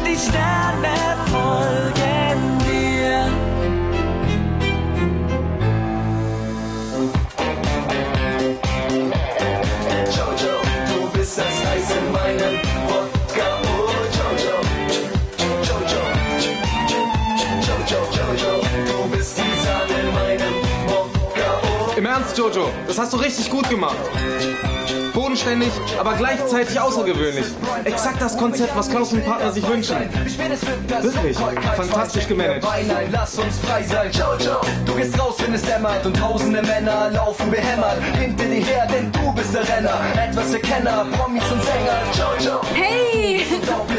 die Sterne folgen dir. Jojo, du bist das Eis in meinem Wodka. Oh, Jojo, Jojo, Jojo, Jojo, du bist die Sahne in meinem Wodka. Oh. Im Ernst, Jojo, das hast du richtig gut gemacht. Bodenständig, aber gleichzeitig außergewöhnlich. Exakt das Konzept, was Klaus und Partner sich wünschen. Wirklich, fantastisch gemanagt. Nein, lass uns frei sein, Jojo. Du gehst raus, wenn es dämmert und tausende Männer laufen behämmert hinter dir her, denn du bist der Renner. Etwas für Kenner, Promis und Sänger, Jojo. Hey!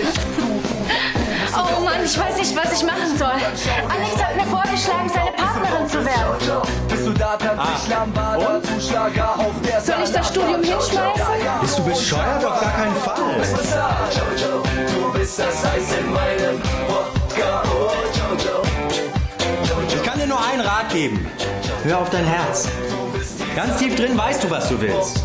Oh Mann, ich weiß nicht, was ich machen soll. Alex hat mir vorgeschlagen, seine Partnerin zu werden. Bist du da, tanzt Lambada, Zuschlager auf der Soll ich das Studium hinschmeißen? Bist du bescheuert? Auf gar keinen Fall. Jojo, du bist das Eis in meinem Wodka. Oh, Jojo. Ich kann dir nur einen Rat geben. Hör auf dein Herz. Ganz tief drin weißt du, was du willst.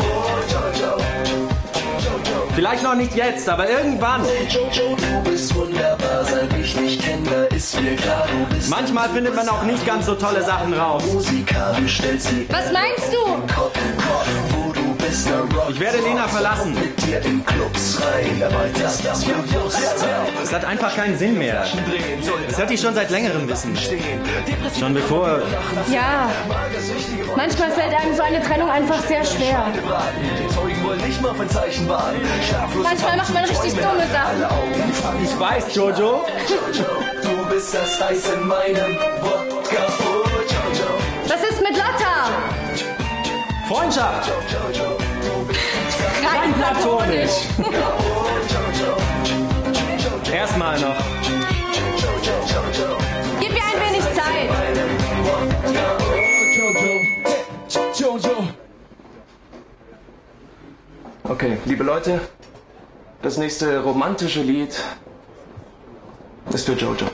Vielleicht noch nicht jetzt, aber irgendwann. Jojo, du bist wunderbar, seit ich dich kenne, ist mir klar, du bist. Manchmal findet man auch nicht ganz so tolle Sachen raus. Musiker, du stellst sie Was meinst du? Kopf, wo du bist, der Rock. Ich werde Lena verlassen. Mit dir in Clubs rein, erweiterst das Bewusstsein. Es hat einfach keinen Sinn mehr. Das hätte ich schon seit längerem wissen. Schon bevor... Ja. Manchmal fällt einem so eine Trennung einfach sehr schwer. Die Zeugen wollen nicht mal von Zeichen warten. Manchmal macht man richtig dumme Sachen. Ich weiß, Jojo. Du bist das Eis in meinem Wodka. Oh, Jojo. Was ist mit Lotta? Freundschaft. Rein platonisch. Erstmal noch. Gib mir ein wenig Zeit. Jojo. Okay, liebe Leute, das nächste romantische Lied ist für Jojo.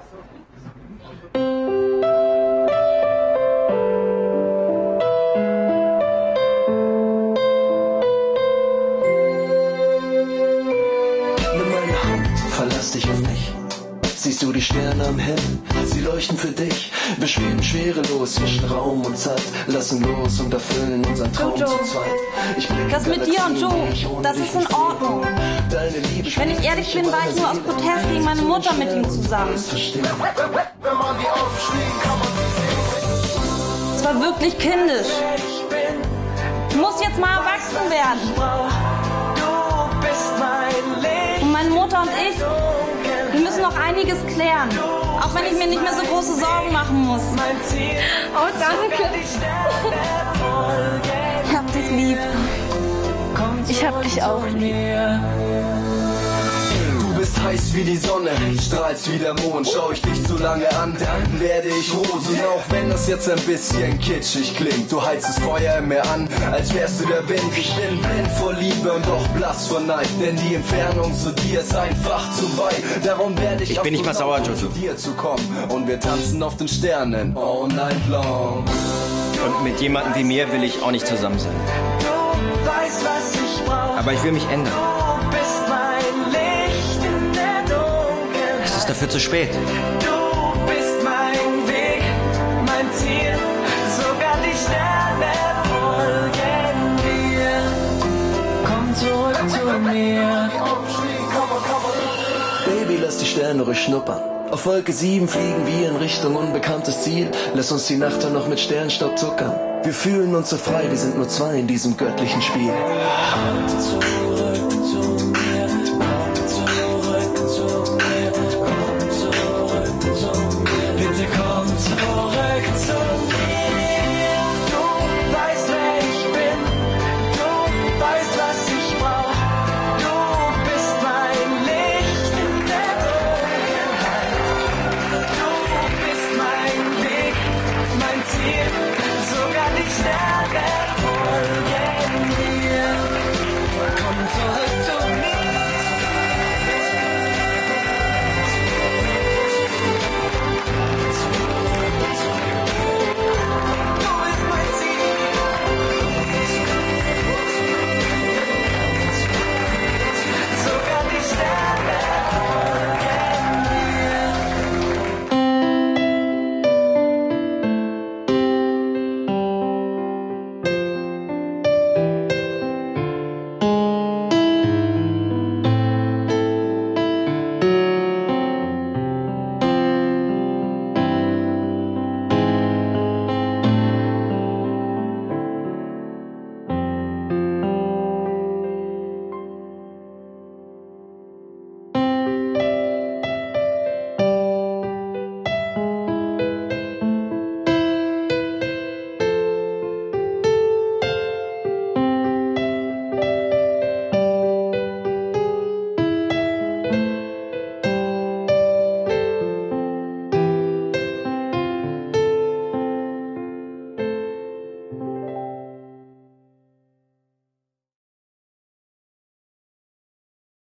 Nimm meine Hand, verlass dich auf mich. Siehst du die Sterne am Himmel? Sie leuchten für dich. Wir schweben schwerelos zwischen Raum und Zeit. Lassen los und erfüllen unseren Traum Jojo. zu zweit. Ich blicke Das mit dir und Joe, das ist in Ordnung. Deine Liebe. Wenn ich ehrlich bin, war ich nur aus Protest gegen meine Mutter mit ihm zusammen. Wenn man die Augen schließt, kann man Es war wirklich kindisch. Du musst jetzt mal erwachsen werden. Du bist mein Licht. Und meine Mutter und ich, wir müssen noch einiges klären. Auch wenn ich mir nicht mehr so große Sorgen machen muss. Mein Ziel. Oh, danke. Ich hab dich lieb. Ich hab dich auch lieb. Du bist heiß wie die Sonne, strahlst wie der Mond. Schau ich dich zu lange an, dann werde ich rot. Und auch wenn das jetzt ein bisschen kitschig klingt, du heizt das Feuer in mir an, als wärst du der Wind. Ich bin blind vor Liebe und doch blass vor Neid, denn die Entfernung zu dir ist einfach zu weit. Darum werde ich bin nicht mal sauer, Jojo. zu dir zu kommen. Und wir tanzen auf den Sternen all night long. Und mit jemandem wie mir will ich auch nicht zusammen sein. Du weißt, was ich brauch. Aber ich will mich ändern. Du bist mein Licht in der Dunkelheit. Es ist dafür zu spät. Du bist mein Weg, mein Ziel. Sogar die Sterne folgen dir. Komm zurück zu mir. Baby, lass die Sterne ruhig schnuppern. Auf Wolke 7 fliegen wir in Richtung unbekanntes Ziel. Lass uns die Nacht dann noch mit Sternstaub zuckern. Wir fühlen uns so frei, wir sind nur zwei in diesem göttlichen Spiel. Zurück zu